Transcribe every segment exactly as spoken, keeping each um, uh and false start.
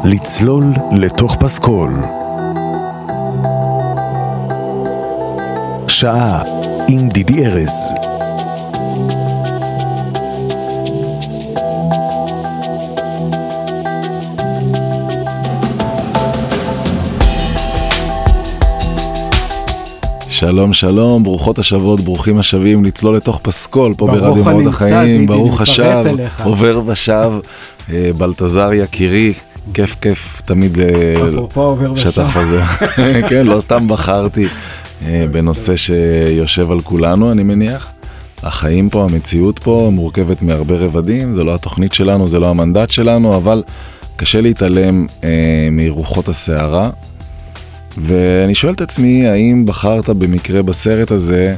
לצלול לתוך פסקול. שעה עם דידי ארז. שלום שלום, ברוכות השבות, ברוכים השבים לצלול לתוך פסקול פה ברדיו מאוד החיים. ברוך השב, עובר ושב, בלטזר יקירי, כיף כיף תמיד שטח הזה. כן, לא סתם בחרתי בנושא שיושב על כולנו, אני מניח. החיים פה, המציאות פה מורכבת מהרבה רבדים, זה לא התוכנית שלנו, זה לא המנדט שלנו, אבל קשה להתעלם מרוחות הסערה. ואני שואל את עצמי, האם בחרת במקרה בסרט הזה,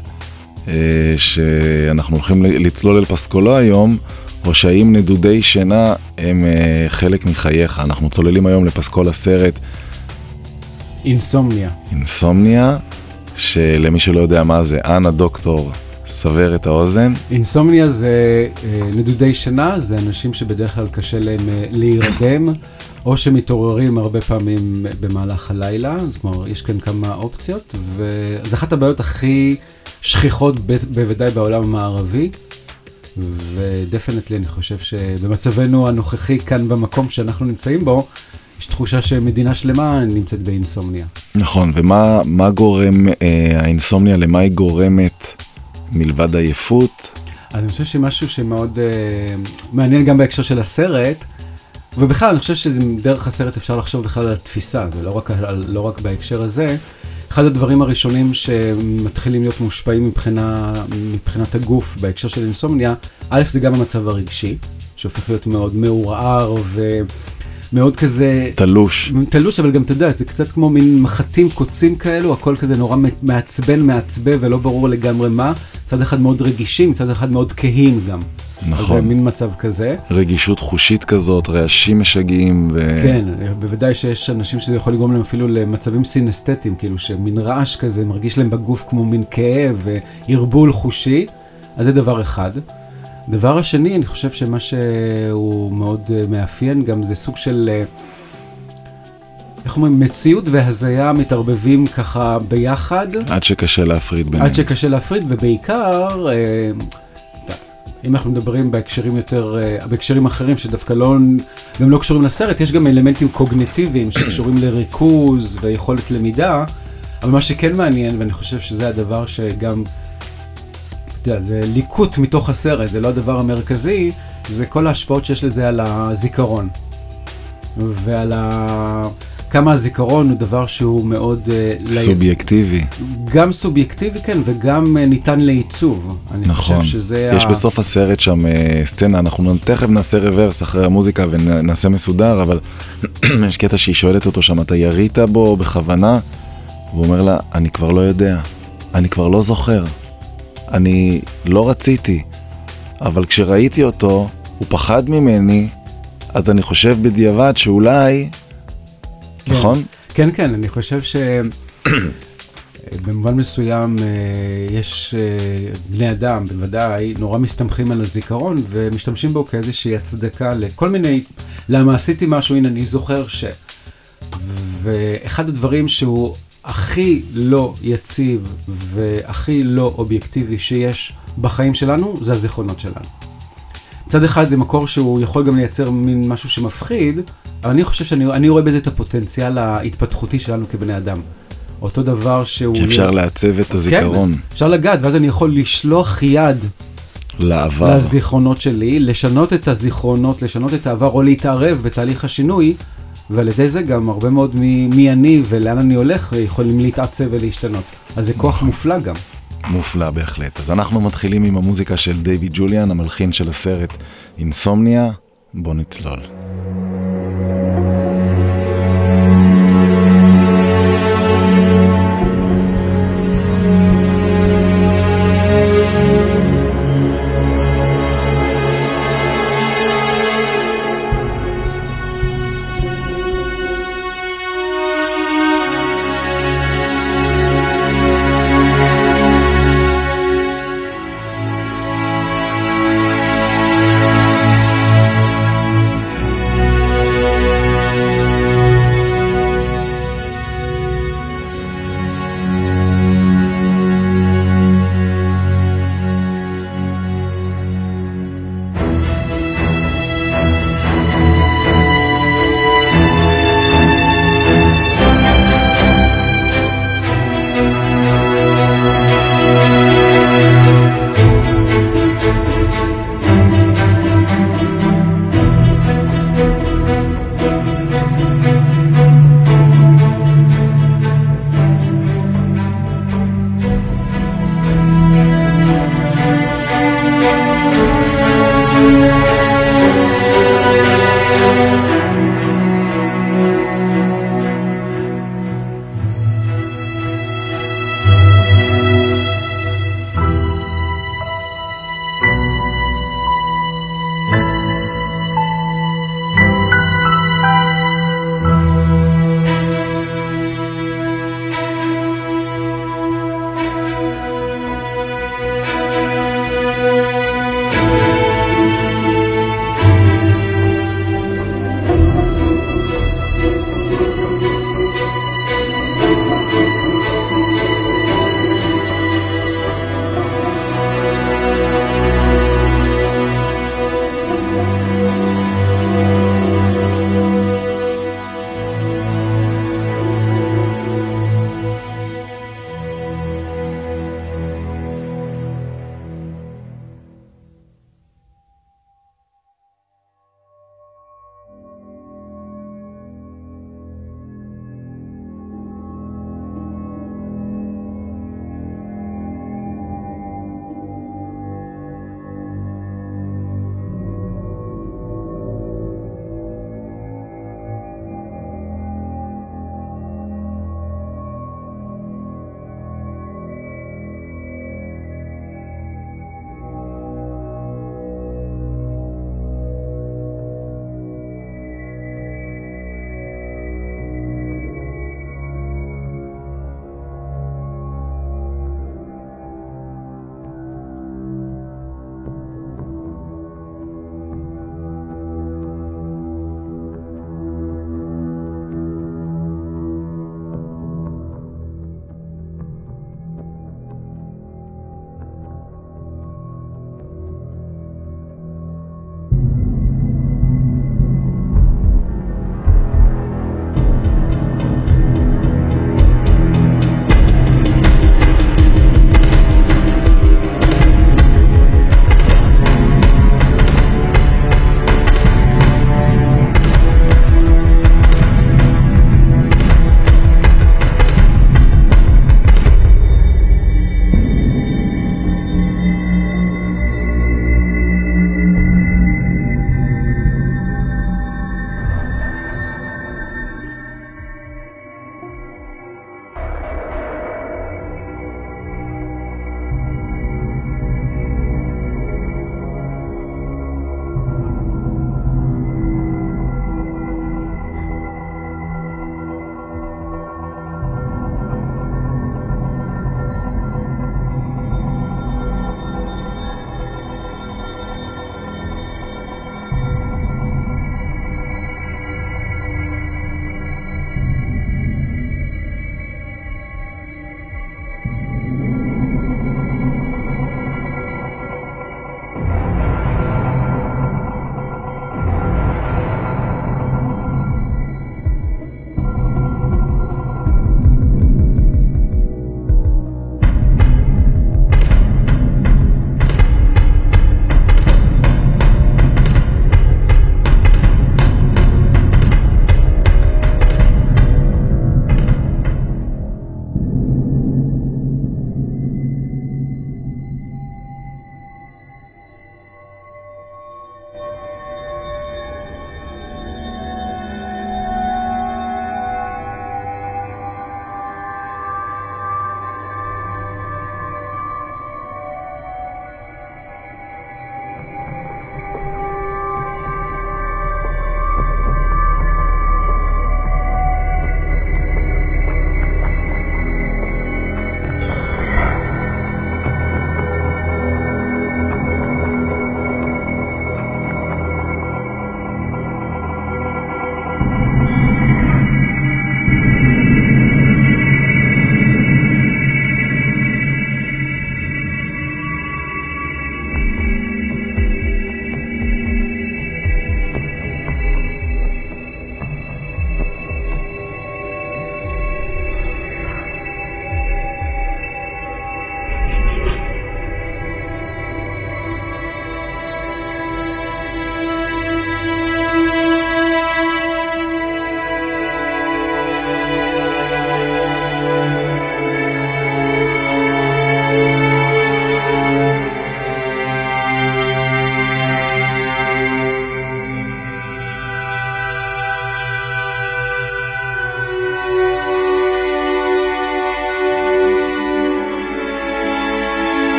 שאנחנו הולכים לצלול אל פסקולו היום, או שהאם נדודי שינה הם חלק מחייך? אנחנו צוללים היום לפסקול הסרט אינסומניה. אינסומניה, שלמי שלא יודע מה זה, אנה דוקטור, סבר את האוזן. אינסומניה זה נדודי שינה, זה אנשים שבדרך כלל קשה להם להירדם, או שמתעוררים הרבה פעמים במהלך הלילה, זאת אומרת, יש כאן כמה אופציות, וזה אחת הבעיות הכי שכיחות בוודאי בעולם המערבי, ודפנטלי אני חושב שבמצבנו הנוכחי כאן במקום שאנחנו נמצאים בו, יש תחושה שמדינה שלמה נמצאת באינסומניה. נכון, ומה מה גורם אה, האינסומניה, למה היא גורמת מלבד עייפות? אז אני חושב שמשהו שמאוד אה, מעניין גם בהקשר של הסרט, ובכלל אני חושב שדרך הסרט אפשר לחשוב בכלל על התפיסה, זה לא רק, לא רק בהקשר הזה. אחד הדברים הראשונים שמתחילים להיות מושפעים מבחינה, מבחינת הגוף בהקשר של אינסומניה, א' זה גם המצב הרגשי, שהופך להיות מאוד מעורער ומאוד כזה... תלוש. תלוש, אבל גם אתה יודע, זה קצת כמו מין מחטים קוצים כאלו, הכל כזה נורא מעצבן, מעצבב ולא ברור לגמרי מה. צד אחד מאוד רגישים, צד אחד מאוד כהים גם. נכון. זה מין מצב כזה. רגישות חושית כזאת, רעשים משגעים ו... כן, בוודאי שיש אנשים שזה יכול לגרום להם אפילו למצבים סינסתטיים, כאילו שמין רעש כזה מרגיש להם בגוף כמו מין כאב וערבול חושי, אז זה דבר אחד. דבר השני, אני חושב שמה שהוא מאוד מאפיין גם זה סוג של, איך אומרים, מציאות והזיה מתערבבים ככה ביחד. עד שקשה להפריד ביניהם. עד שקשה להפריד, ובעיקר... אם אנחנו מדברים בהקשרים יותר, בהקשרים אחרים שדווקא לא, גם לא קשורים לסרט, יש גם אלמנטים קוגניטיביים שקשורים לריכוז ויכולת למידה, אבל מה שכן מעניין, ואני חושב שזה הדבר שגם, אתה יודע, זה ליקוט מתוך הסרט, זה לא הדבר המרכזי, זה כל ההשפעות שיש לזה על הזיכרון. ועל ה... כמה הזיכרון הוא דבר שהוא מאוד... סובייקטיבי. גם סובייקטיבי, כן, וגם ניתן לעיצוב. אני נכון. חושב שזה... יש ה... בסוף הסרט שם סצנה, אנחנו תכף נעשה רוורס אחרי המוזיקה ונעשה מסודר, אבל יש קטע שהיא שואלת אותו שם, אתה ירית בו בכוונה? והוא אומר לה, אני כבר לא יודע, אני כבר לא זוכר, אני לא רציתי, אבל כשראיתי אותו, הוא פחד ממני, אז אני חושב בדיעבד שאולי... כן, נכון? כן, כן, אני חושב שבמובן מסוים יש בני אדם, בוודאי, נורא מסתמכים על הזיכרון, ומשתמשים בו כאיזושהי הצדקה לכל מיני, למה עשיתי משהו, הנה אני זוכר ש... ואחד הדברים שהוא הכי לא יציב והכי לא אובייקטיבי שיש בחיים שלנו, זה הזיכרונות שלנו. מצד אחד זה מקור שהוא יכול גם לייצר מין משהו שמפחיד, אבל אני חושב שאני אני רואה בזה את הפוטנציאל ההתפתחותי שלנו כבני אדם. אותו דבר שהוא... שאפשר לעצב את הזיכרון. כן, אפשר לגעת, ואז אני יכול לשלוח יד לעבר. לזיכרונות שלי, לשנות את הזיכרונות, לשנות את העבר, או להתערב בתהליך השינוי, ועל ידי זה גם הרבה מאוד מי אני ולאן אני הולך יכולים להתעצב ולהשתנות. אז זה כוח מופלא גם. מופלא בהחלט. אז אנחנו מתחילים עם המוזיקה של דיוויד ג'וליאן, המלחין של הסרט אינסומניה. בוא נצלול.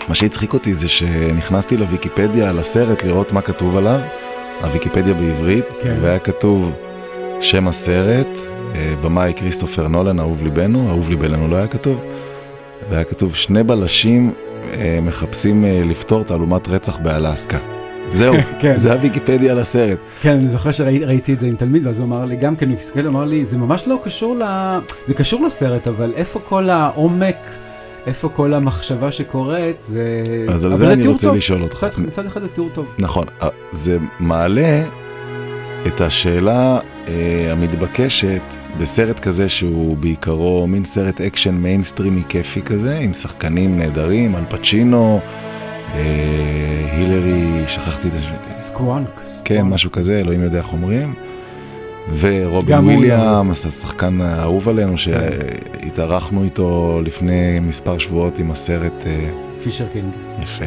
מה שהצחיק אותי זה שנכנסתי לוויקיפדיה על הסרט לראות מה כתוב עליו, הוויקיפדיה בעברית, כן. והיה כתוב שם הסרט, במאי כריסטופר נולן, אהוב ליבנו, אהוב ליבנו לא היה כתוב, והיה כתוב שני בלשים מחפשים לפתור תעלומת רצח באלסקה. זהו, כן. זה הוויקיפדיה על הסרט. כן, אני זוכר שראיתי את זה עם תלמיד, ואז הוא אמר לי, גם כן, הוא אמר לי, זה ממש לא קשור ל... זה קשור לסרט, אבל איפה כל העומק, איפה כל המחשבה שקורית, זה... אז על זה אני רוצה טוב. לשאול אותך. מצד אחד זה תיאור טוב. נכון, זה מעלה את השאלה אה, המתבקשת בסרט כזה שהוא בעיקרו מין סרט אקשן מיינסטרימי כיפי כזה, עם שחקנים נהדרים, אל פצ'ינו, אה, הילרי, שכחתי את השם. סקוואנק. כן, משהו כזה, אלוהים יודע איך אומרים. ורובין וויליאמס, השחקן האהוב עלינו, שהתארחנו איתו לפני מספר שבועות עם הסרט... פישר קינג. יפה.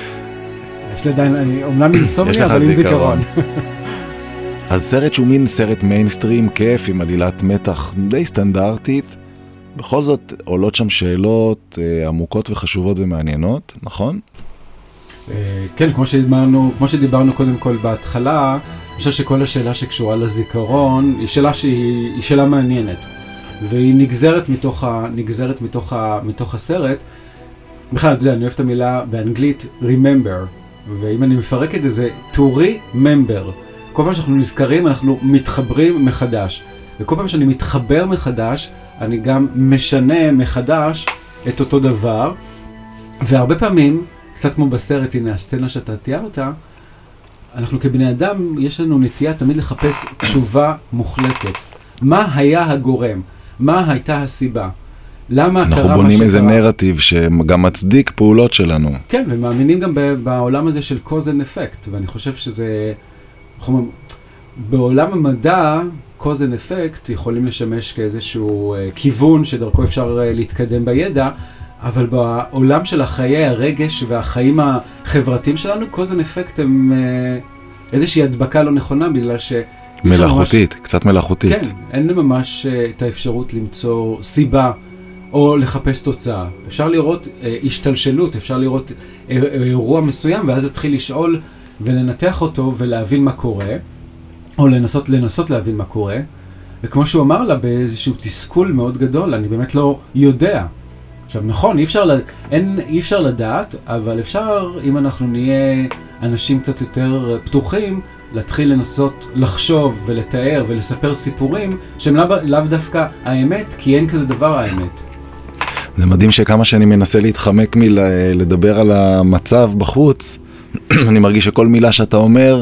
יש לי עדיין, אני אומנם אינסומניה, אבל עם זיכרון. אז סרט שהוא מין סרט מיינסטרים, כיף, עם עלילת מתח די סטנדרטית, בכל זאת עולות שם שאלות עמוקות וחשובות ומעניינות, נכון? כן, כמו שדיברנו, כמו שדיברנו קודם כל בהתחלה, אני חושב שכל השאלה שקשורה לזיכרון היא שאלה שהיא היא שאלה מעניינת, והיא נגזרת מתוך ה, נגזרת מתוך ה, מתוך הסרט. בכלל, אתה יודע, אני אוהב את המילה באנגלית remember, ואם אני מפרק את זה, זה to remember. כל פעם שאנחנו נזכרים, אנחנו מתחברים מחדש. וכל פעם שאני מתחבר מחדש, אני גם משנה מחדש את אותו דבר. והרבה פעמים, קצת כמו בסרט, הנה הסצנה שאתה תיארת, אנחנו כבני אדם, יש לנו נטייה תמיד לחפש תשובה מוחלטת. מה היה הגורם? מה הייתה הסיבה? למה קרה מה שקרה? אנחנו בונים איזה נרטיב שגם מצדיק פעולות שלנו. כן, ומאמינים גם בעולם הזה של cause and effect, ואני חושב שזה... בעולם המדע, cause and effect יכולים לשמש כאיזשהו כיוון שדרכו אפשר להתקדם בידע, אבל בעולם של החיי הרגש והחיים החברתיים שלנו, cause and effect הם איזושהי הדבקה לא נכונה, בגלל ש... מלאכותית, ממש... קצת מלאכותית. כן, אין ממש את האפשרות למצוא סיבה או לחפש תוצאה. אפשר לראות השתלשלות, אפשר לראות אירוע מסוים, ואז להתחיל לשאול ולנתח אותו ולהבין מה קורה, או לנסות, לנסות להבין מה קורה. וכמו שהוא אמר לה, באיזשהו תסכול מאוד גדול, אני באמת לא יודע. עכשיו, נכון, אי אפשר, אין, אי אפשר לדעת, אבל אפשר, אם אנחנו נהיה אנשים קצת יותר פתוחים, להתחיל לנסות לחשוב ולתאר ולספר סיפורים שהם לאו, לאו דווקא האמת, כי אין כזה דבר האמת. זה מדהים שכמה שאני מנסה להתחמק מלדבר על המצב בחוץ, אני מרגיש שכל מילה שאתה אומר,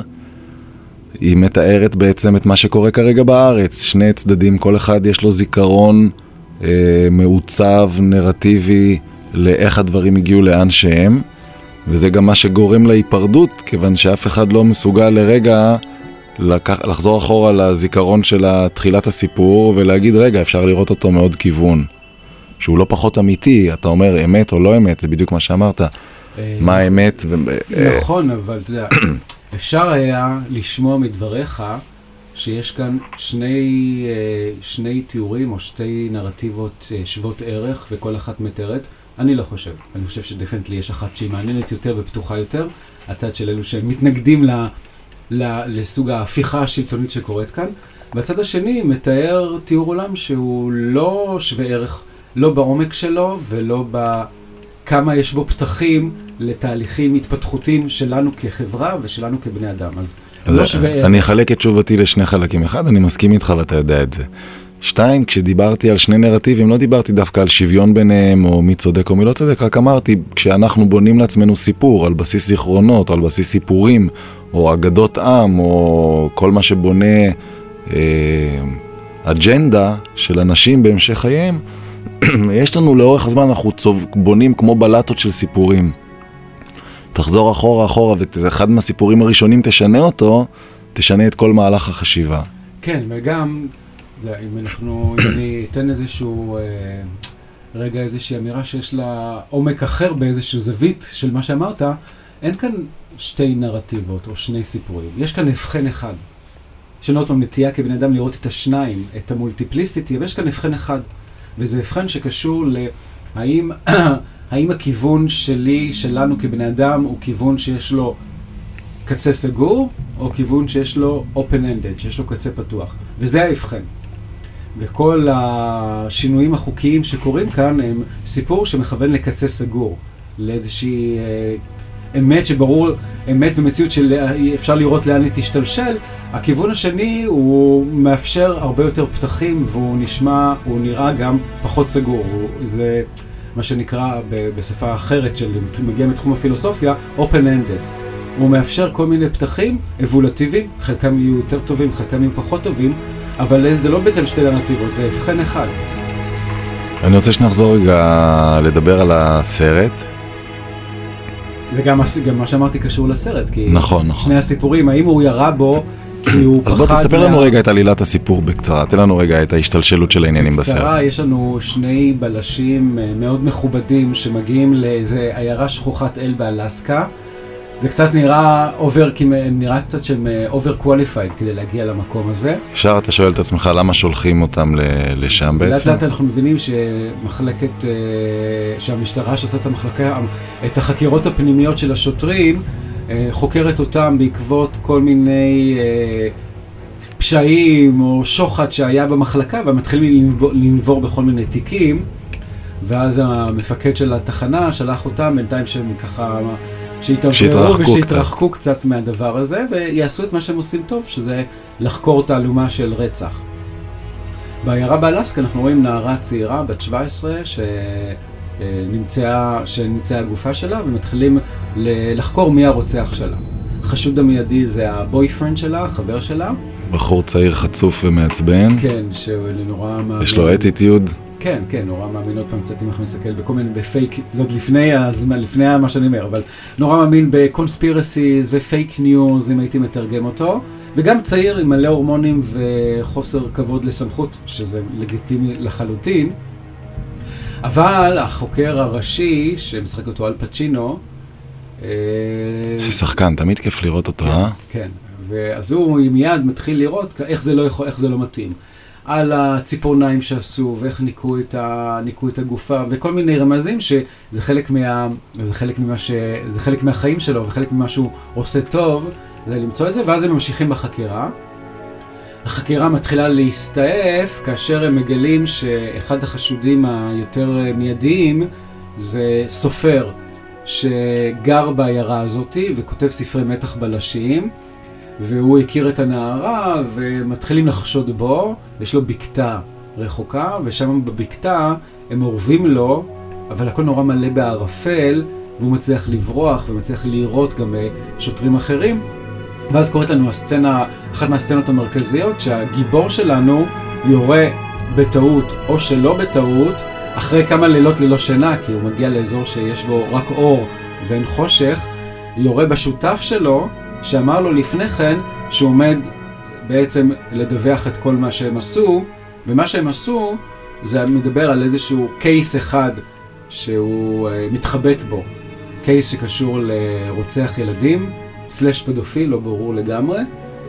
היא מתארת בעצם את מה שקורה כרגע בארץ. שני צדדים, כל אחד יש לו זיכרון אה, מעוצב, נרטיבי, לאיך הדברים הגיעו לאן שהם, וזה גם מה שגורם להיפרדות, כיוון שאף אחד לא מסוגל לרגע לקח, לחזור אחורה לזיכרון של תחילת הסיפור, ולהגיד, רגע, אפשר לראות אותו מאוד כיוון, שהוא לא פחות אמיתי. אתה אומר אמת או לא אמת, זה בדיוק מה שאמרת. מה האמת? נכון, אבל אתה יודע, אפשר היה לשמוע מדבריך שיש כאן שני, שני תיאורים או שתי נרטיבות שוות ערך, וכל אחת מתארת. אני לא חושב. אני חושב שדפנטלי יש אחת שהיא מעניינת יותר ופתוחה יותר, הצד של אלו שמתנגדים ל, ל, לסוג ההפיכה השלטונית שקורית כאן. והצד השני מתאר תיאור עולם שהוא לא שווה ערך, לא בעומק שלו ולא בכמה יש בו פתחים לתהליכים התפתחותיים שלנו כחברה ושלנו כבני אדם. אז לא שווה ערך. אני אחלק את תשובתי לשני חלקים. אחד, אני מסכים איתך ואתה יודע את זה. שתיים, כשדיברתי על שני נרטיבים, לא דיברתי דווקא על שוויון ביניהם, או מי צודק או מי לא צודק, רק אמרתי, כשאנחנו בונים לעצמנו סיפור, על בסיס זיכרונות, או על בסיס סיפורים, או אגדות עם, או כל מה שבונה אה, אג'נדה של אנשים בהמשך חייהם, יש לנו לאורך הזמן, אנחנו צוב, בונים כמו בלטות של סיפורים. תחזור אחורה אחורה, ואחד מהסיפורים הראשונים תשנה אותו, תשנה את כל מהלך החשיבה. כן, וגם... אם אנחנו, אם אני אתן איזשהו, אה, רגע איזושהי אמירה שיש לה עומק אחר באיזשהו זווית של מה שאמרת, אין כאן שתי נרטיבות או שני סיפורים. יש כאן הבחן אחד. יש לנו עוד פעם נטייה כבן אדם לראות את השניים, את המולטיפליסיטי, ויש כאן הבחן אחד. וזה הבחן שקשור להאם האם הכיוון שלי, שלנו כבני אדם, הוא כיוון שיש לו קצה סגור, או כיוון שיש לו open-ended, שיש לו קצה פתוח. וזה ההבחן. וכל השינויים החוקיים שקורים כאן הם סיפור שמכוון לקצה סגור, לאיזושהי אה, אמת שברור, אמת ומציאות שאפשר לראות לאן היא תשתלשל. הכיוון השני הוא מאפשר הרבה יותר פתחים, והוא נשמע, הוא נראה גם פחות סגור. הוא, זה מה שנקרא ב, בשפה אחרת של מגיע מתחום הפילוסופיה, open-ended. הוא מאפשר כל מיני פתחים אבולטיביים, חלקם יהיו יותר טובים, חלקם יהיו פחות טובים, אבל זה לא בעצם שתי אלטרנטיבות, זה הבחן אחד. אני רוצה שנחזור רגע לדבר על הסרט. זה גם, גם מה שאמרתי קשור לסרט, כי נכון, נכון. שני הסיפורים, האם הוא ירה בו, כי הוא פחד... אז בוא תספר לנו מה... רגע את עלילת הסיפור בקצרה, תן לנו רגע את ההשתלשלות של העניינים בסרט. בקצרה, יש לנו שני בלשים מאוד מכובדים שמגיעים לאיזה עיירה שכוחת אל באלסקה. זה קצת נראה אובר, נראה קצת שהם אובר קואליפייד כדי להגיע למקום הזה. אפשר אתה שואל את עצמך למה שולחים אותם לשם בעצם? לאט לאט אנחנו מבינים שמחלקת, שהמשטרה שעושה את המחלקה, את החקירות הפנימיות של השוטרים, חוקרת אותם בעקבות כל מיני פשעים או שוחד שהיה במחלקה, ומתחילים לנבור בכל מיני תיקים, ואז המפקד של התחנה שלח אותם בינתיים שהם ככה... שיתעברו ושיתרחקו קצת. קצת מהדבר הזה, ויעשו את מה שהם עושים טוב, שזה לחקור תעלומה של רצח. בעיירה באלסקה אנחנו רואים נערה צעירה, בת שבע עשרה, שנמצאה, שנמצאה הגופה שלה, ומתחילים לחקור מי הרוצח שלה. חשוד המיידי זה הבויפרנד שלה, החבר שלה. בחור צעיר חצוף ומעצבן. כן, שהוא נורא מאמין. יש לו אטיטיוד. כן, כן, נורא מאמין עוד פעם קצת אם אנחנו נסתכל בכל מיני, בפייק, זאת לפני הזמן, לפני מה שאני אומר, אבל נורא מאמין בקונספירסיז ופייק ניוז, אם הייתי מתרגם אותו, וגם צעיר עם מלא הורמונים וחוסר כבוד לסמכות, שזה לגיטימי לחלוטין, אבל החוקר הראשי, שמשחק אותו אל פצ'ינו, זה שחקן, תמיד כיף לראות אותו, אה? כן, ואז הוא מיד מתחיל לראות איך זה לא יכול, איך זה לא מתאים. על הציפורניים שעשו, ואיך ניקו את, ה, ניקו את הגופה, וכל מיני רמזים שזה חלק, מה, זה חלק, ממה ש, זה חלק מהחיים שלו, וחלק ממה שהוא עושה טוב, זה למצוא את זה, ואז הם ממשיכים בחקירה. החקירה מתחילה להסתעף, כאשר הם מגלים שאחד החשודים היותר מיידיים, זה סופר שגר בעיירה הזאת, וכותב ספרי מתח בלשיים, והוא הכיר את הנערה, ומתחילים לחשוד בו, יש לו בקתה רחוקה, ושם בבקתה הם עורבים לו, אבל הכל נורא מלא בערפל, והוא מצליח לברוח, ומצליח לראות גם שוטרים אחרים, ואז קוראת לנו הסצנה, אחת מהסצנות המרכזיות, שהגיבור שלנו יורה בטעות, או שלא בטעות, אחרי כמה לילות ללא שינה, כי הוא מגיע לאזור שיש בו רק אור ואין חושך, יורה בשותף שלו, שאמר לו לפני כן שהוא עומד בעצם לדווח את כל מה שהם עשו, ומה שהם עשו זה מדבר על איזשהו קייס אחד שהוא uh, מתחבט בו, קייס שקשור לרוצח ילדים, סלש פדופיל, לא ברור לגמרי,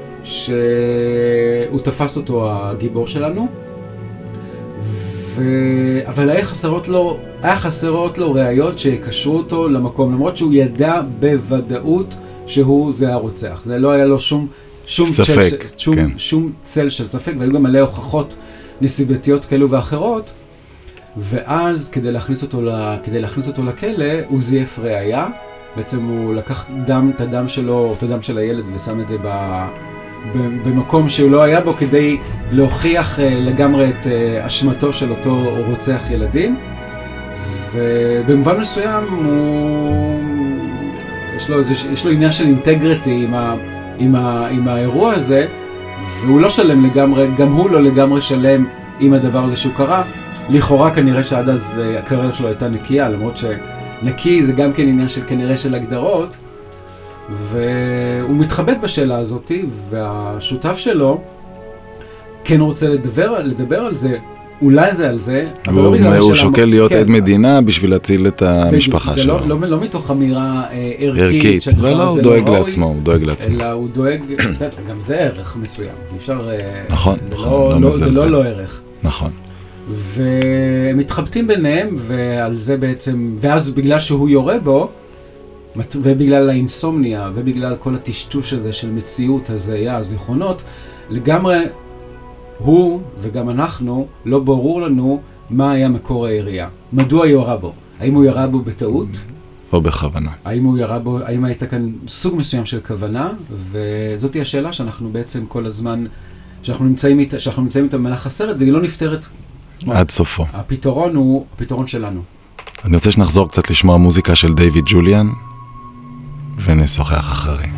שהוא תפס אותו הגיבור שלנו, ו... אבל היה חסרות לו, היה חסרות לו ראיות שקשרו אותו למקום, למרות שהוא ידע בוודאות שהוא זה הרוצח. זה לא היה לו שום, שום, ספק, צל, שום, כן. שום צל של ספק, והיו גם מלא הוכחות נסיבתיות כאלו ואחרות, ואז כדי להכניס אותו, כדי להכניס אותו לכלא, הוא זייף ראיה, בעצם הוא לקח דם, את הדם שלו, את הדם של הילד, ושם את זה ב, במקום שהוא לא היה בו, כדי להוכיח לגמרי את אשמתו של אותו רוצח ילדים, ובמובן מסוים הוא... יש לו, יש לו עניין של אינטגריטי עם, ה, עם, ה, עם האירוע הזה, והוא לא שלם לגמרי, גם הוא לא לגמרי שלם עם הדבר הזה שהוא קרה. לכאורה כנראה שעד אז הקריירה שלו הייתה נקייה, למרות שנקי זה גם כן עניין של כנראה של הגדרות, והוא מתחבט בשאלה הזאת, והשותף שלו כן רוצה לדבר, לדבר על זה, אולי זה על זה, אבל לא בגלל הוא שוקל להיות עד מדינה בשביל להציל את המשפחה שלו. זה לא מתוך אמירה ערכית. לא, לא, הוא דואג לעצמו, הוא דואג לעצמו. אלא הוא דואג, גם זה ערך מסוים. אפשר... נכון, נכון. זה לא לא ערך. נכון. והם מתחבטים ביניהם, ועל זה בעצם, ואז בגלל שהוא יורה בו, ובגלל האינסומניה, ובגלל כל הטשטוש הזה של מציאות, הזיה, הזיכרונות, לגמרי הוא וגם אנחנו, לא ברור לנו מה היה מקור הירייה. מדוע יורה בו? האם הוא ירה בו בטעות? או בכוונה. האם הוא ירה בו, האם הייתה כאן סוג מסוים של כוונה? וזאת היא השאלה שאנחנו בעצם כל הזמן, שאנחנו נמצאים איתה, שאנחנו נמצאים איתה במהלך הסרט, והיא לא נפתרת. עד סופו. הפתרון הוא הפתרון שלנו. אני רוצה שנחזור קצת לשמוע מוזיקה של דיוויד ג'וליאן, ונשוחח אחרי.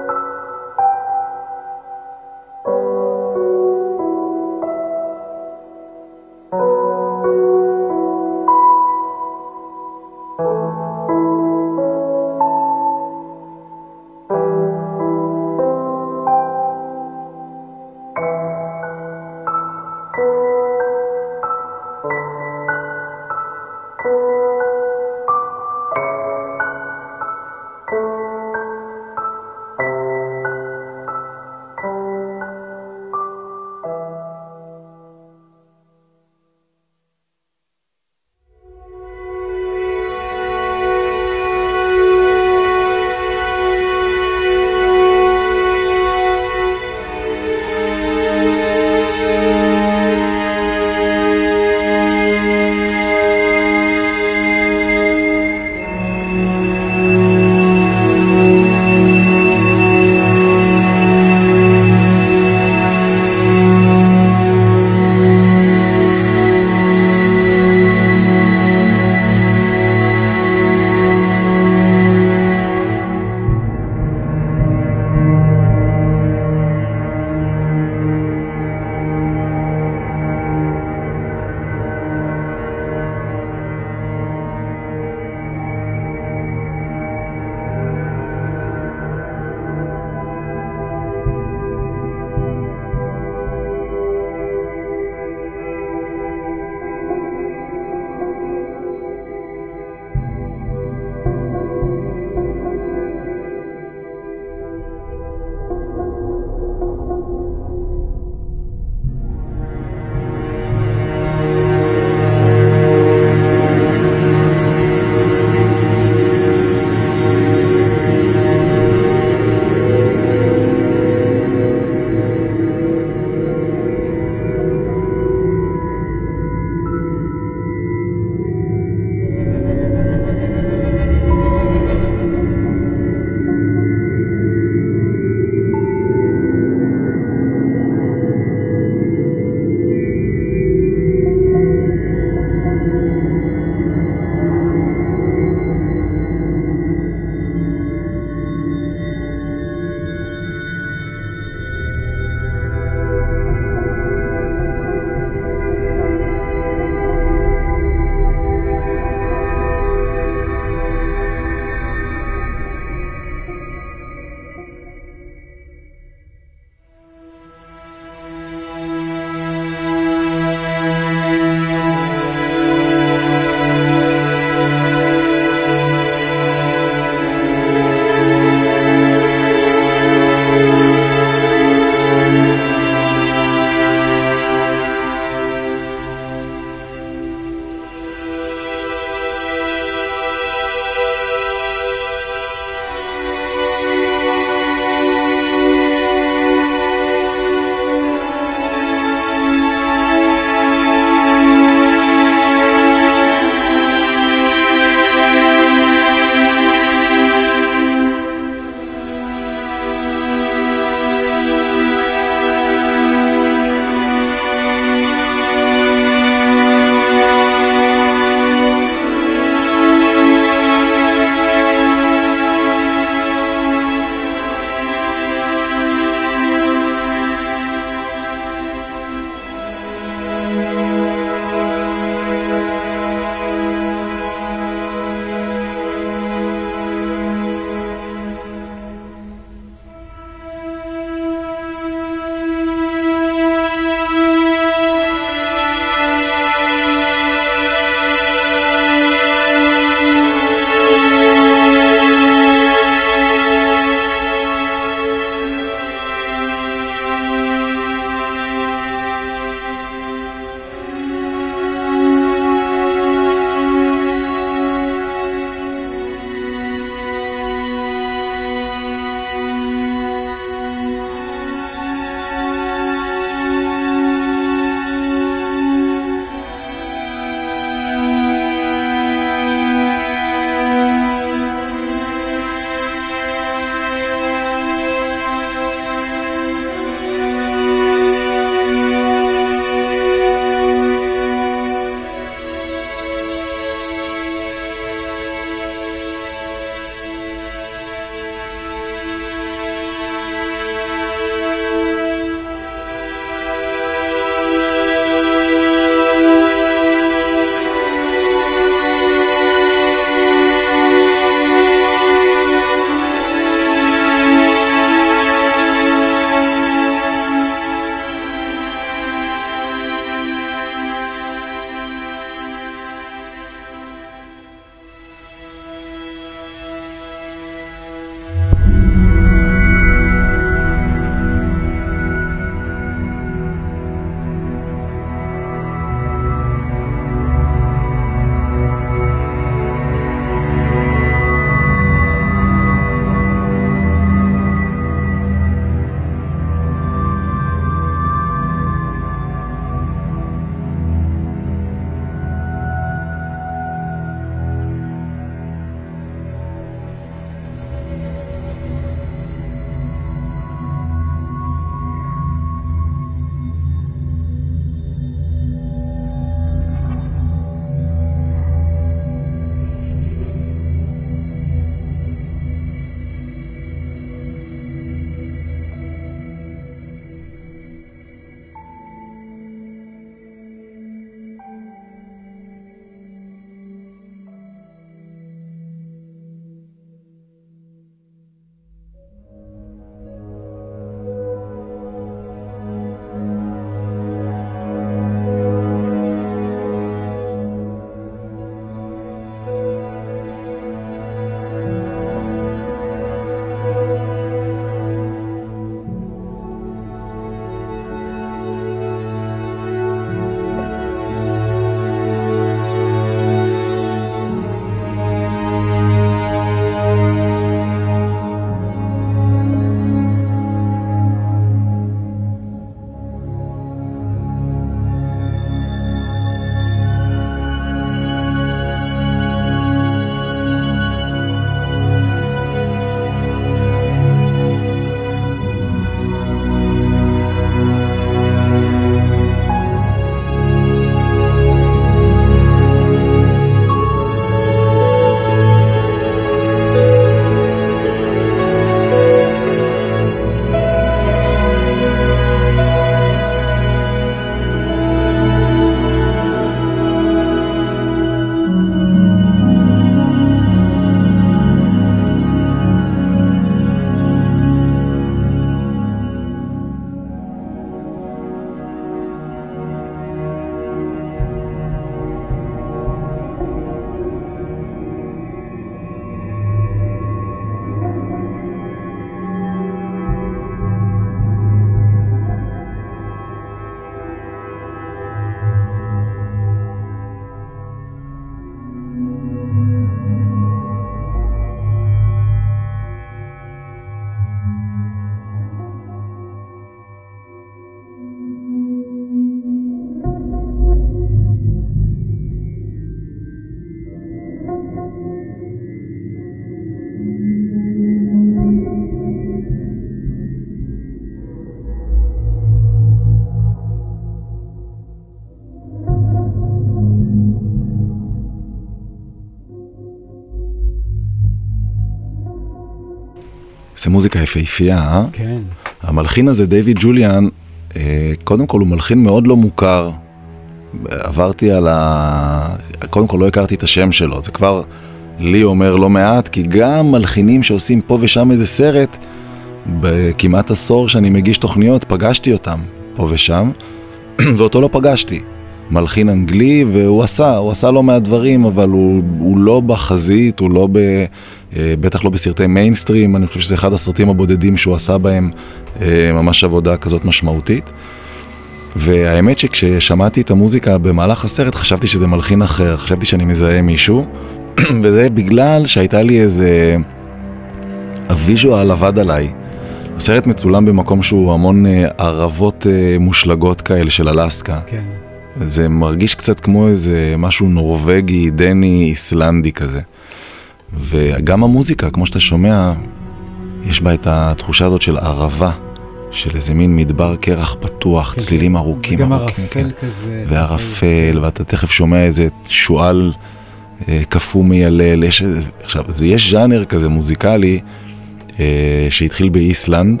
זה מוזיקה יפהפייה, אה? כן. המלחין הזה, דיוויד ג'וליאן, קודם כל הוא מלחין מאוד לא מוכר. עברתי על ה... קודם כל לא הכרתי את השם שלו, זה כבר לי אומר לא מעט, כי גם מלחינים שעושים פה ושם איזה סרט, בכמעט עשור שאני מגיש תוכניות, פגשתי אותם פה ושם, ואותו לא פגשתי. מלחין אנגלי, והוא עשה, הוא עשה לא מעט דברים, אבל הוא, הוא לא בחזית, הוא לא ב... בטח לא בסרטי מיינסטרים, אני חושב שזה אחד הסרטים הבודדים שהוא עשה בהם ממש עבודה כזאת משמעותית. והאמת שכששמעתי את המוזיקה במהלך הסרט, חשבתי שזה מלחין אחר, חשבתי שאני מזהה מישהו, וזה בגלל שהייתה לי איזה... הוויז'ואל עבד עליי. הסרט מצולם במקום שהוא המון ערבות מושלגות כאלה של אלסקה. כן. זה מרגיש קצת כמו איזה משהו נורווגי, דני, איסלנדי כזה. וגם המוזיקה, כמו שאתה שומע, יש בה את התחושה הזאת של ערבה, של איזה מין מדבר קרח פתוח, כן, צלילים ארוכים. וגם ארוכים, הרפל כן. כזה. והרפל, ואתה תכף שומע איזה שואל אה, כפו מיילל. יש, עכשיו, זה יש ז'אנר כזה מוזיקלי, אה, שהתחיל באיסלנד,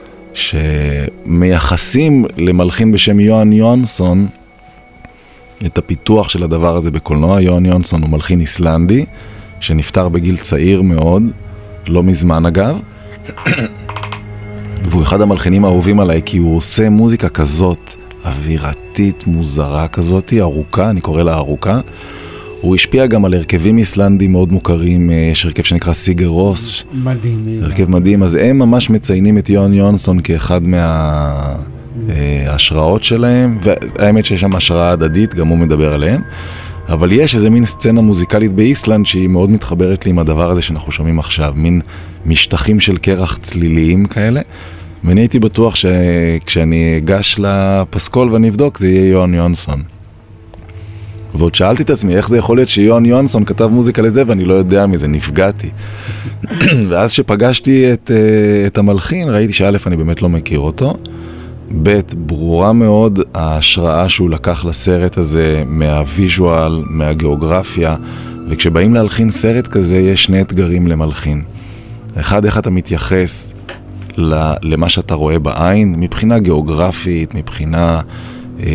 שמייחסים למלחין בשם יוהן יוהנסון, את הפיתוח של הדבר הזה בקולנוע. יוהן יוהנסון הוא מלחין איסלנדי, שנפטר בגיל צעיר מאוד, לא מזמן אגב, והוא אחד המלחינים האהובים עליי, כי הוא עושה מוזיקה כזאת, אווירתית, מוזרה כזאת, ארוכה, אני קורא לה ארוכה. הוא השפיע גם על הרכבים איסלנדים מאוד מוכרים, יש הרכב שנקרא סיגר רוס. מדהים. הרכב מדהים, אז הם ממש מציינים את יוהן יוהנסון כאחד מההשראות שלהם, והאמת שיש שם השראה הדדית, גם הוא מדבר עליהם. אבל יש איזה מין סצנה מוזיקלית באיסלנד שהיא מאוד מתחברת לי עם הדבר הזה שאנחנו שומעים עכשיו, מין משטחים של קרח צליליים כאלה, ואני הייתי בטוח שכשאני אגש לפסקול ואני אבדוק זה יהיה יוהן יוהנסון. ועוד שאלתי את עצמי איך זה יכול להיות שיוהן יוהנסון כתב מוזיקה לזה ואני לא יודע מזה, נפגעתי. ואז שפגשתי את, את המלחין ראיתי שא' אני באמת לא מכיר אותו, ב' ברורה מאוד ההשראה שהוא לקח לסרט הזה מהוויז'ואל, מהגיאוגרפיה, וכשבאים להלחין סרט כזה יש שני אתגרים למלחין. אחד, איך אתה מתייחס למה שאתה רואה בעין, מבחינה גיאוגרפית, מבחינה אה,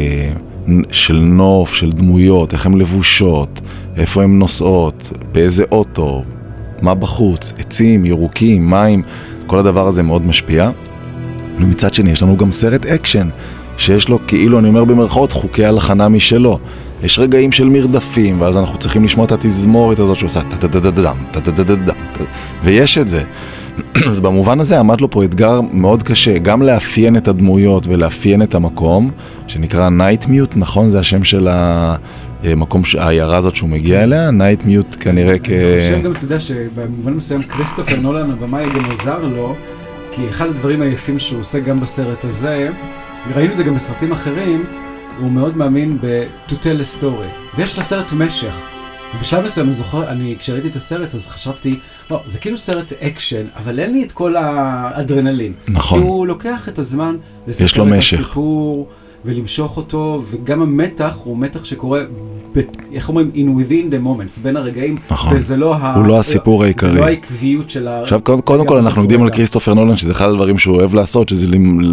של נוף, של דמויות, איך הן לבושות, איפה הן נוסעות, באיזה אוטו, מה בחוץ, עצים, ירוקים, מים, כל הדבר הזה מאוד משפיע. ומצד שני, יש לנו גם סרט אקשן, שיש לו, כאילו אני אומר במרכאות, חוקי הלחנה משלו. יש רגעים של מרדפים, ואז אנחנו צריכים לשמוע את התזמורת הזאת שעושה טה-טה-טה-טה-דם, טה-טה-טה-טה-טה, ויש את זה. אז במובן הזה עמד לו פה אתגר מאוד קשה, גם לאפיין את הדמויות ולאפיין את המקום, שנקרא Night Mute, נכון? זה השם של המקום, העיירה הזאת שהוא מגיע אליה, Night Mute כנראה כ... אני חושב גם, אתה יודע, שבמובן מסוים כריסטופר נולן, הבמאי גם עזר לו, כי אחד הדברים היפים שהוא עושה גם בסרט הזה, וראינו את זה גם בסרטים אחרים, הוא מאוד מאמין ב-to tell a story. ויש לסרט משך. ובשלב מסוים אני זוכר, אני, כשראיתי את הסרט, אז חשבתי, לא, זה כאילו סרט אקשן, אבל אין לי את כל האדרנלין. נכון. כי הוא לוקח את הזמן לספר יש לו את משך. הסיפור, ולמשוך אותו, וגם המתח הוא מתח שקורה, ב, איך אומרים, in within the moments, בין הרגעים, נכון. וזה לא ה... הוא לא הסיפור העיקרי. זה לא העקביות של ה... עכשיו, קודם, קודם כל אנחנו יודעים על כריסטופר נולן, שזה אחד הדברים שהוא אוהב לעשות, שזה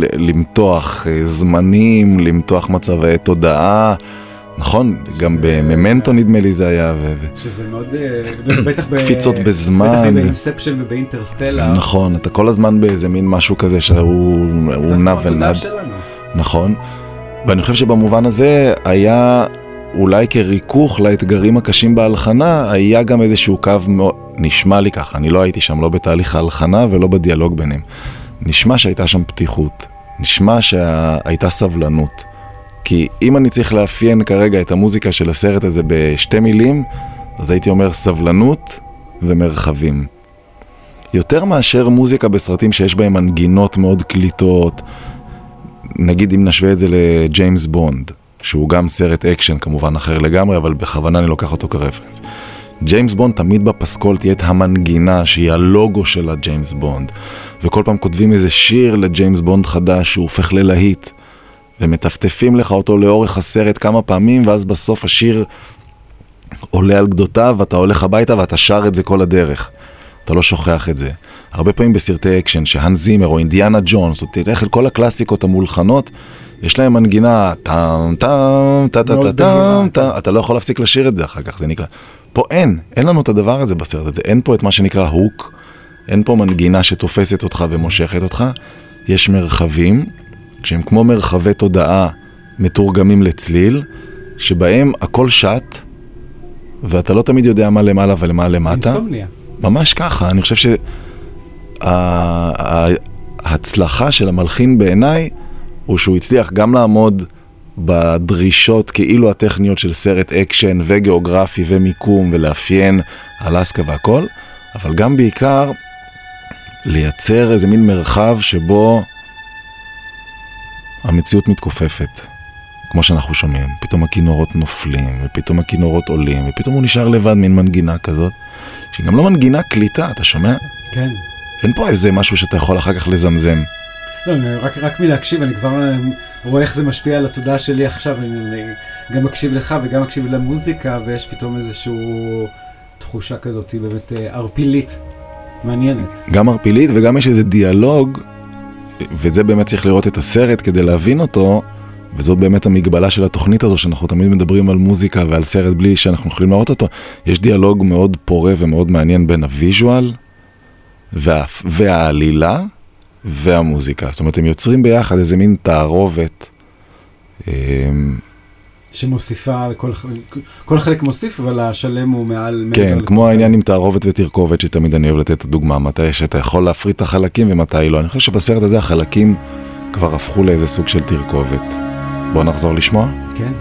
למתוח זמנים, למתוח מצבי תודעה, נכון? גם בממנטו נדמה לי זה היה. שזה מאוד, ובטח קפיצות בזמן. בטח באינספשן ובאינטרסטלה. נכון, אתה כל הזמן באיזה מין משהו כזה שהוא נע ונד. נכון. ואני חושב שבמובן הזה היה אולי כריכוך לאתגרים הקשים בהלחנה, היה גם איזשהו קו, נשמע לי ככה, אני לא הייתי שם לא בתהליך ההלחנה ולא בדיאלוג ביניהם. נשמע שהייתה שם פתיחות, נשמע שהייתה סבלנות. כי אם אני צריך לאפיין כרגע את המוזיקה של הסרט הזה בשתי מילים, אז הייתי אומר סבלנות ומרחבים. יותר מאשר מוזיקה בסרטים שיש בהם מנגינות מאוד קליטות, נגיד אם נשווה את זה לג'יימס בונד, שהוא גם סרט אקשן כמובן אחר לגמרי, אבל בכוונה אני לוקח אותו כרפרנס. ג'יימס בונד תמיד בפסקול תהיה את המנגינה שהיא הלוגו של הג'יימס בונד, וכל פעם כותבים איזה שיר לג'יימס בונד חדש שהוא הופך ללהיט, ומטפטפים לך אותו לאורך הסרט כמה פעמים, ואז בסוף השיר עולה על גדותיו, ואתה הולך הביתה ואתה שר את זה כל הדרך. אתה לא שוכח את זה. הרבה פעמים בסרטי אקשן, שהאן זימר או אינדיאנה ג'ונס, או תלך אל כל הקלאסיקות המולחנות, יש להם מנגינה, טאם, טאם, טה, טה, טה, טאם, טה, אתה לא יכול להפסיק לשיר את זה אחר כך, זה נקרא. פה אין, אין לנו את הדבר הזה בסרט הזה, אין פה את מה שנקרא הוק, אין פה מנגינה שתופסת אותך ומושכת אותך, יש מרחבים, שהם כמו מרחבי תודעה מתורגמים לצליל, שבהם הכל שט, ואתה לא תמיד יודע מה למעלה ולמה למטה. אינסומניה. ממש ככה, אני חושב שההצלחה של המלחין בעיניי, הוא שהוא הצליח גם לעמוד בדרישות כאילו הטכניות של סרט אקשן וגיאוגרפי ומיקום ולאפיין אלסקה והכל, אבל גם בעיקר לייצר איזה מין מרחב שבו המציאות מתכופפת, כמו שאנחנו שומעים. פתאום הכינורות נופלים, ופתאום הכינורות עולים, ופתאום הוא נשאר לבד מין מנגינה כזאת, שהיא גם לא מנגינה קליטה, אתה שומע? כן. אין פה איזה משהו שאתה יכול אחר כך לזמזם. לא, רק, רק מלהקשיב, אני כבר רואה איך זה משפיע על התודעה שלי עכשיו, אני גם מקשיב לך וגם מקשיב למוזיקה, ויש פתאום איזושהי תחושה כזאת, היא באמת ערפילית, מעניינת. גם ערפילית וגם יש איזה דיאלוג, וזה באמת צריך לראות את הסרט כדי להבין אותו, וזאת באמת המגבלה של התוכנית הזו, שאנחנו תמיד מדברים על מוזיקה ועל סרט בלי שאנחנו יכולים לראות אותו. יש דיאלוג מאוד פורה ומאוד מעניין בין הוויז'ואל וה... והעלילה, והמוזיקה. זאת אומרת, הם יוצרים ביחד איזה מין תערובת. שמוסיפה, כל, כל חלק מוסיף, אבל השלם הוא מעל... כן, כמו העניין עם תערובת ותרכובת, שתמיד אני אוהב לתת את הדוגמה, מתי שאתה יכול להפריד את החלקים ומתי לא. אני חושב שבסרט הזה החלקים כבר הפכו לאיזה סוג של תרכובת. בואו נחזור לשמוע. כן.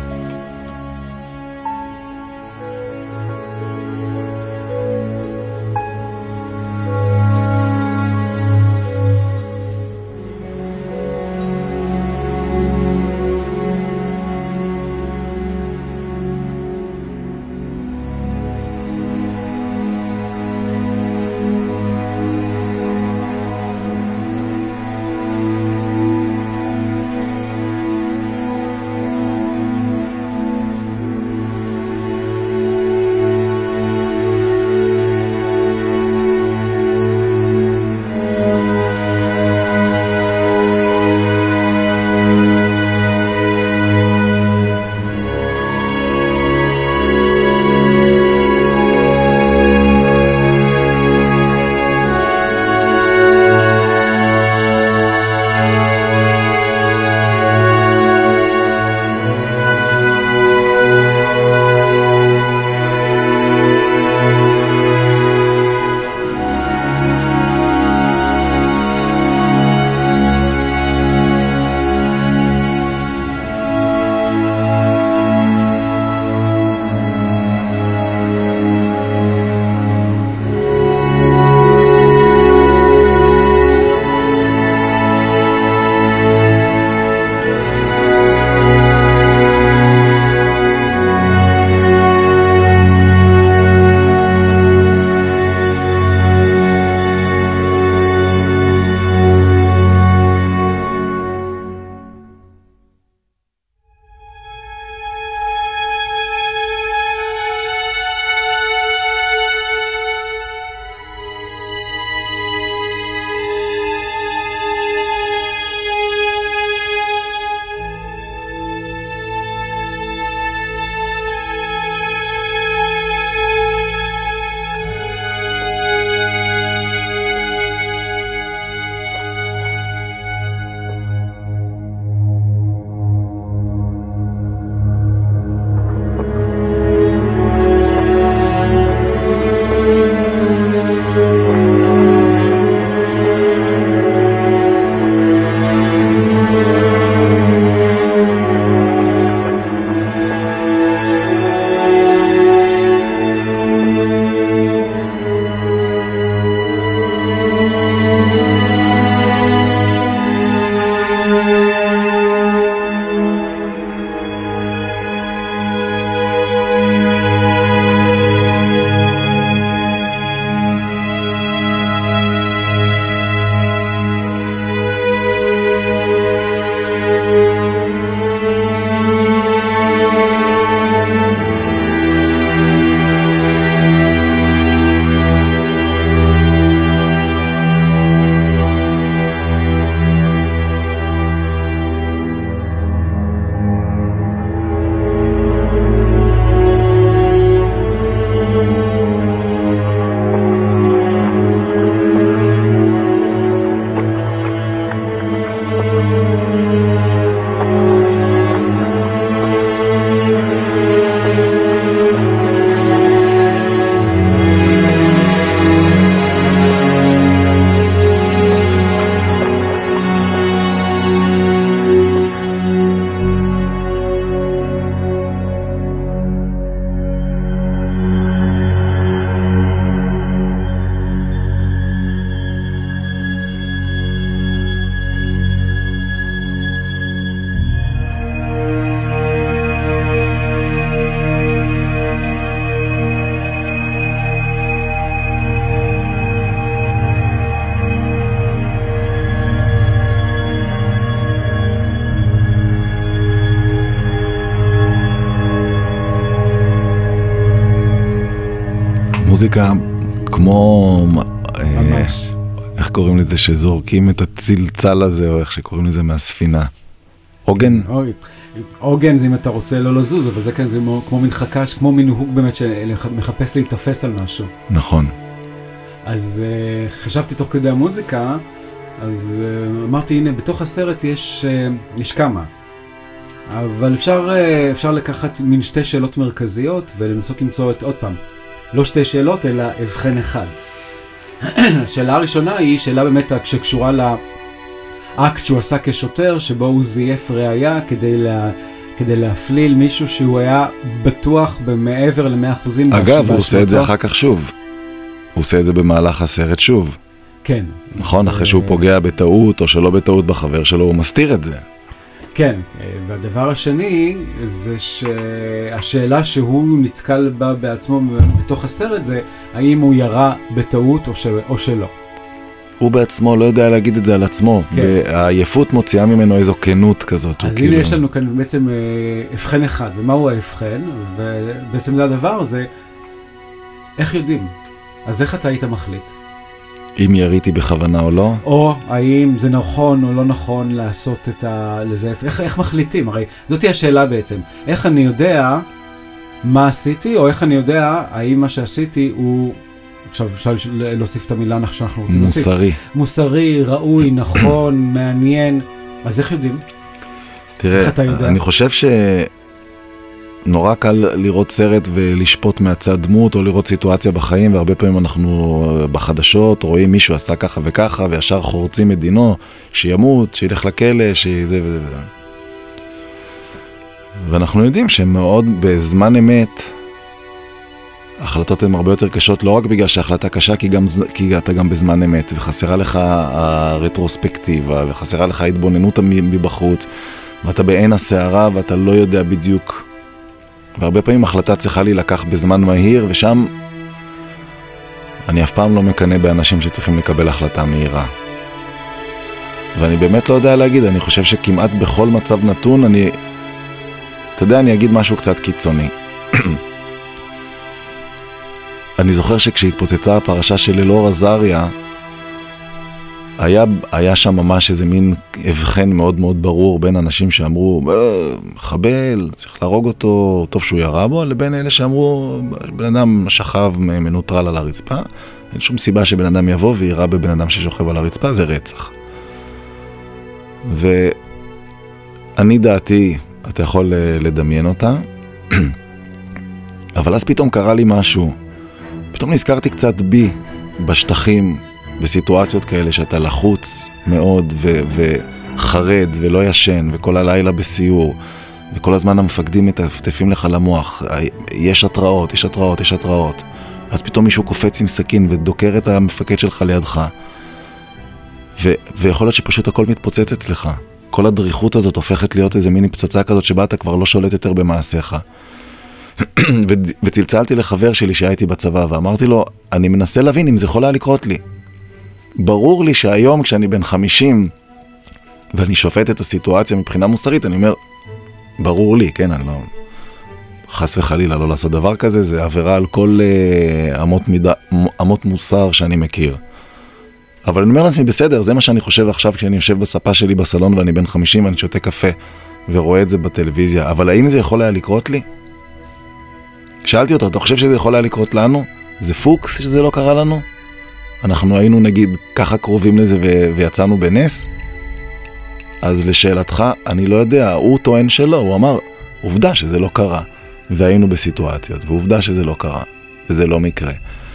מוזיקה כמו... ממש. איך קוראים לזה שזורקים את הצלצל הזה, או איך שקוראים לזה מהספינה? עוגן? עוגן זה אם אתה רוצה לא לזוז, אבל זה כן, זה כמו מין חקש, כמו מין הוג באמת שמחפש להתאפס על משהו. נכון. אז uh, חשבתי תוך כדי המוזיקה, אז uh, אמרתי, הנה, בתוך הסרט יש, uh, יש כמה. אבל אפשר, uh, אפשר לקחת מין שתי שאלות מרכזיות, ולנסות למצוא את עוד פעם. לא שתי שאלות, אלא הבחן אחד. השאלה הראשונה היא שאלה באמת שקשורה לאקט שהוא עשה כשוטר, שבו הוא זייף ראייה כדי, לה, כדי להפליל מישהו שהוא היה בטוח במעבר למאה אחוזים. אגב, הוא עושה את זה אחר כך שוב. הוא עושה את זה במהלך הסרט שוב. כן. נכון, אחרי שהוא פוגע בטעות או שלא בטעות בחבר שלו, הוא מסתיר את זה. כן, והדבר השני זה שהשאלה שהוא נתקל בה בעצמו בתוך הסרט זה האם הוא ירה בטעות או, ש... או שלא. הוא בעצמו לא יודע להגיד את זה על עצמו. כן. העייפות מוציאה ממנו איזו כנות כזאת. אז הנה כאילו... יש לנו כאן בעצם הבחן אחד, ומהו ההבחן? ובעצם זה הדבר הזה, איך יודעים? אז איך אתה היית מחליט? אם יריתי בכוונה או לא? או האם זה נכון או לא נכון לעשות את ה... לזייף? איך, איך מחליטים? הרי זאת היא השאלה בעצם. איך אני יודע מה עשיתי, או איך אני יודע האם מה שעשיתי הוא... עכשיו אפשר להוסיף את המילה שאנחנו רוצים להוסיף. מוסרי. מוסרי, ראוי, נכון, מעניין. אז איך יודעים? תראה, איך אתה יודע? אני חושב ש... נורא קל לראות סרט ולשפוט מהצד דמות או לראות סיטואציה בחיים, והרבה פעמים אנחנו בחדשות רואים מישהו עשה ככה וככה וישר חורצים את דינו, שימות, שילך לכלא, שזה וזה וזה. ואנחנו יודעים שמאוד בזמן אמת ההחלטות הן הרבה יותר קשות, לא רק בגלל שההחלטה קשה, כי, גם, כי אתה גם בזמן אמת, וחסרה לך הרטרוספקטיבה, וחסרה לך ההתבוננות מבחוץ, ואתה בעין הסערה ואתה לא יודע בדיוק. והרבה פעמים החלטה צריכה להילקח בזמן מהיר, ושם אני אף פעם לא מקנה באנשים שצריכים לקבל החלטה מהירה. ואני באמת לא יודע להגיד, אני חושב שכמעט בכל מצב נתון, אני, אתה יודע, אני אגיד משהו קצת קיצוני. אני זוכר שכשהתפוצצה הפרשה של אלאור עזריה, היה, היה שם ממש איזה מין הבחן מאוד מאוד ברור בין אנשים שאמרו, חבל, צריך להרוג אותו, טוב שהוא ירה בו, לבין אלה שאמרו, בן אדם שכב מנוטרל על הרצפה, אין שום סיבה שבן אדם יבוא וירה בבן אדם ששוכב על הרצפה, זה רצח. ואני דעתי, אתה יכול לדמיין אותה, אבל אז פתאום קרה לי משהו, פתאום נזכרתי קצת בי, בשטחים, בסיטואציות כאלה שאתה לחוץ מאוד ו- וחרד ולא ישן, וכל הלילה בסיור, וכל הזמן המפקדים מתפתפים לך למוח, יש התראות, יש התראות, יש התראות. אז פתאום מישהו קופץ עם סכין ודוקר את המפקד שלך לידך. ו- ויכול להיות שפשוט הכל מתפוצץ אצלך. כל הדריכות הזאת הופכת להיות איזה מיני פצצה כזאת שבה אתה כבר לא שולט יותר במעשיך. ו- וצלצלתי לחבר שלי שהייתי בצבא ואמרתי לו, אני מנסה להבין אם זה יכולה לקרות לי. ברור לי שהיום כשאני בן חמישים ואני שופט את הסיטואציה מבחינה מוסרית, אני אומר, ברור לי, כן, אני לא... חס וחלילה לא לעשות דבר כזה, זה עבירה על כל uh, אמות, מידה, אמות מוסר שאני מכיר. אבל אני אומר לעצמי, בסדר, זה מה שאני חושב עכשיו כשאני יושב בספה שלי בסלון ואני בן חמישים ואני שותה קפה ורואה את זה בטלוויזיה. אבל האם זה יכול היה לקרות לי? שאלתי אותו, אתה חושב שזה יכול היה לקרות לנו? זה פוקס שזה לא קרה לנו? אנחנו היינו נגיד ככה קרובים לזה ו- ויצאנו בנס? אז לשאלתך, אני לא יודע, הוא טוען שלא, הוא אמר, עובדה שזה לא קרה, והיינו בסיטואציות, ועובדה שזה לא קרה, וזה לא מקרה.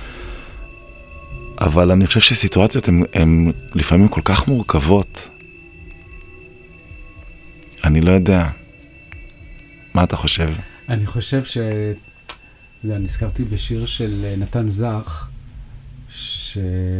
אבל אני חושב שסיטואציות הן, הן לפעמים כל כך מורכבות. אני לא יודע. מה אתה חושב? אני חושב ש... נזכרתי בשיר של נתן זך, ש...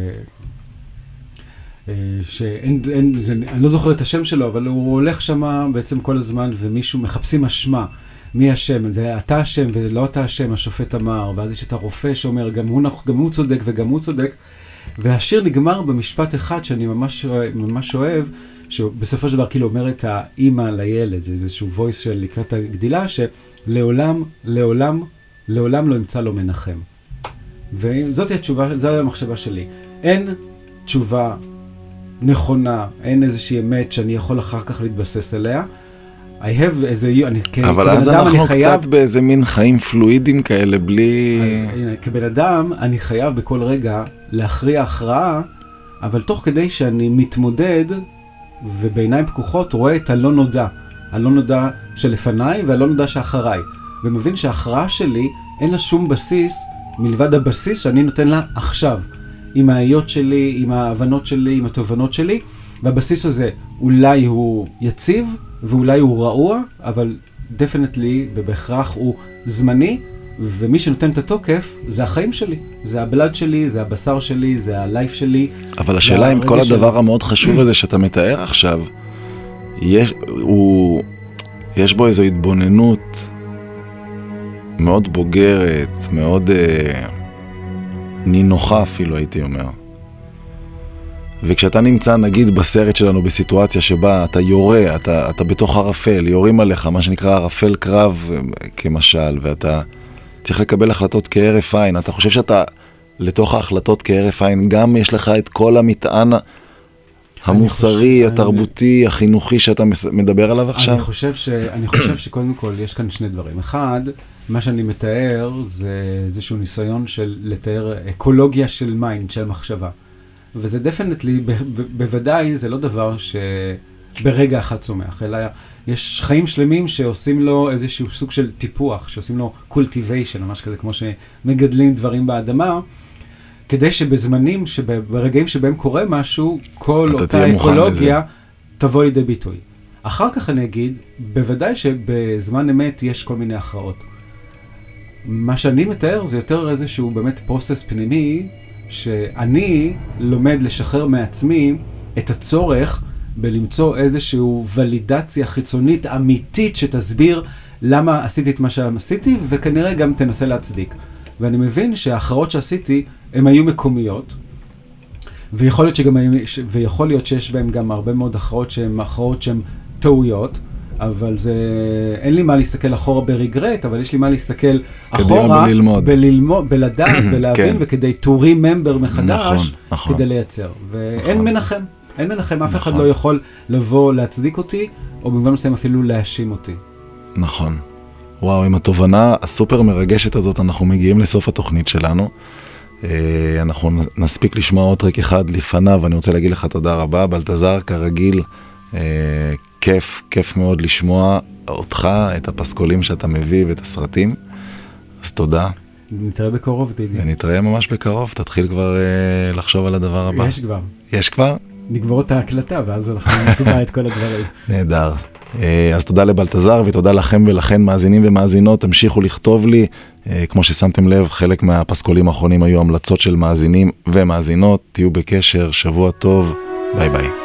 שאין, אין, אני לא זוכר את השם שלו, אבל הוא הולך שם בעצם כל הזמן, ומישהו מחפשים אשמה, מי השם, זה אתה השם ולא אתה השם, השופט אמר, ואז יש את הרופא שאומר, גם הוא, גם הוא צודק וגם הוא צודק, והשיר נגמר במשפט אחד שאני ממש, ממש אוהב, שבסופו של דבר כאילו אומר את האמא לילד, איזשהו וויס של לקראת הגדילה, שלעולם, לעולם, לעולם לא ימצא לו מנחם. וזאת התשובה, זו המחשבה שלי. אין תשובה נכונה, אין איזושהי אמת שאני יכול אחר כך להתבסס עליה. I have איזה, אני, אבל אז אנחנו חייב, קצת באיזה מין חיים פלואידים כאלה, בלי... אני, כבן אדם, אני חייב בכל רגע להכריע הכרעה, אבל תוך כדי שאני מתמודד, ובעיניים פקוחות רואה את הלא נודע. הלא נודע שלפניי והלא נודע שאחריי. ומבין שההכרעה שלי אין לה שום בסיס, מלבד הבסיס שאני נותן לה עכשיו. עם ההיות שלי, עם ההבנות שלי, עם התובנות שלי. והבסיס הזה אולי הוא יציב, ואולי הוא רעוע, אבל definitely ובהכרח הוא זמני, ומי שנותן את התוקף זה החיים שלי, זה הבלד שלי, זה הבשר שלי, זה הלייף שלי. אבל השאלה עם כל הדבר שלי. המאוד חשוב הזה שאתה מתאר עכשיו, יש, הוא, יש בו איזו התבוננות מאוד בוגרת, מאוד אה, נינוחה אפילו הייתי אומר. וכשאתה נמצא נגיד בסרט שלנו בסיטואציה שבה אתה יורה, אתה, אתה בתוך ערפל, יורים עליך, מה שנקרא ערפל קרב כמשל, ואתה צריך לקבל החלטות כהרף עין. אתה חושב שאתה לתוך ההחלטות כהרף עין, גם יש לך את כל המטען המוסרי, חושב, התרבותי, אני... החינוכי שאתה מדבר עליו עכשיו? אני חושב, ש... אני חושב שקודם כל יש כאן שני דברים. אחד, מה שאני מתאר זה איזשהו ניסיון של לתאר אקולוגיה של מיינד, של מחשבה. וזה דפנטלי, ב- ב- בוודאי זה לא דבר שברגע אחד צומח, אלא יש חיים שלמים שעושים לו איזשהו סוג של טיפוח, שעושים לו cultivation, ממש כזה, כמו שמגדלים דברים באדמה, כדי שבזמנים, ברגעים שבהם קורה משהו, כל אותה אקולוגיה תבוא לידי ביטוי. אחר כך אני אגיד, בוודאי שבזמן אמת יש כל מיני הכרעות. מה שאני מתאר זה יותר איזשהו באמת פרוסס פנימי, שאני לומד לשחרר מעצמי את הצורך בלמצוא איזשהו ולידציה חיצונית אמיתית שתסביר למה עשיתי את מה שעשיתי, וכנראה גם תנסה להצדיק. ואני מבין שההכרעות שעשיתי הן היו מקומיות, ויכול להיות, שגם, ויכול להיות שיש בהן גם הרבה מאוד הכרעות שהן הכרעות שהן טעויות, אבל זה, אין לי מה להסתכל אחורה ברגרט, אבל יש לי מה להסתכל אחורה, בללמוד. בללמוד, בלדעת, בלהבין, כן. וכדי to remember מחדש, נכון, נכון. כדי לייצר. ואין נכון. מנחם, אין מנחם, אף נכון. אחד לא יכול לבוא להצדיק אותי, או במובן מסוים אפילו להאשים אותי. נכון. וואו, עם התובנה הסופר מרגשת הזאת, אנחנו מגיעים לסוף התוכנית שלנו. אנחנו נספיק לשמוע עוד טרק אחד לפניו, ואני רוצה להגיד לך תודה רבה, בלטזר, כרגיל, כיף, כיף מאוד לשמוע אותך, את הפסקולים שאתה מביא ואת הסרטים. אז תודה. נתראה בקרוב, דידי. ונתראה ממש בקרוב, תתחיל כבר אה, לחשוב על הדבר הבא. יש כבר. יש כבר? נגבור את ההקלטה, ואז אנחנו נקבע את כל הדברים. נהדר. אה, אז תודה לבלטזר, ותודה לכם ולכן מאזינים ומאזינות, תמשיכו לכתוב לי. אה, כמו ששמתם לב, חלק מהפסקולים האחרונים היו המלצות של מאזינים ומאזינות. תהיו בקשר, שבוע טוב, ביי ביי.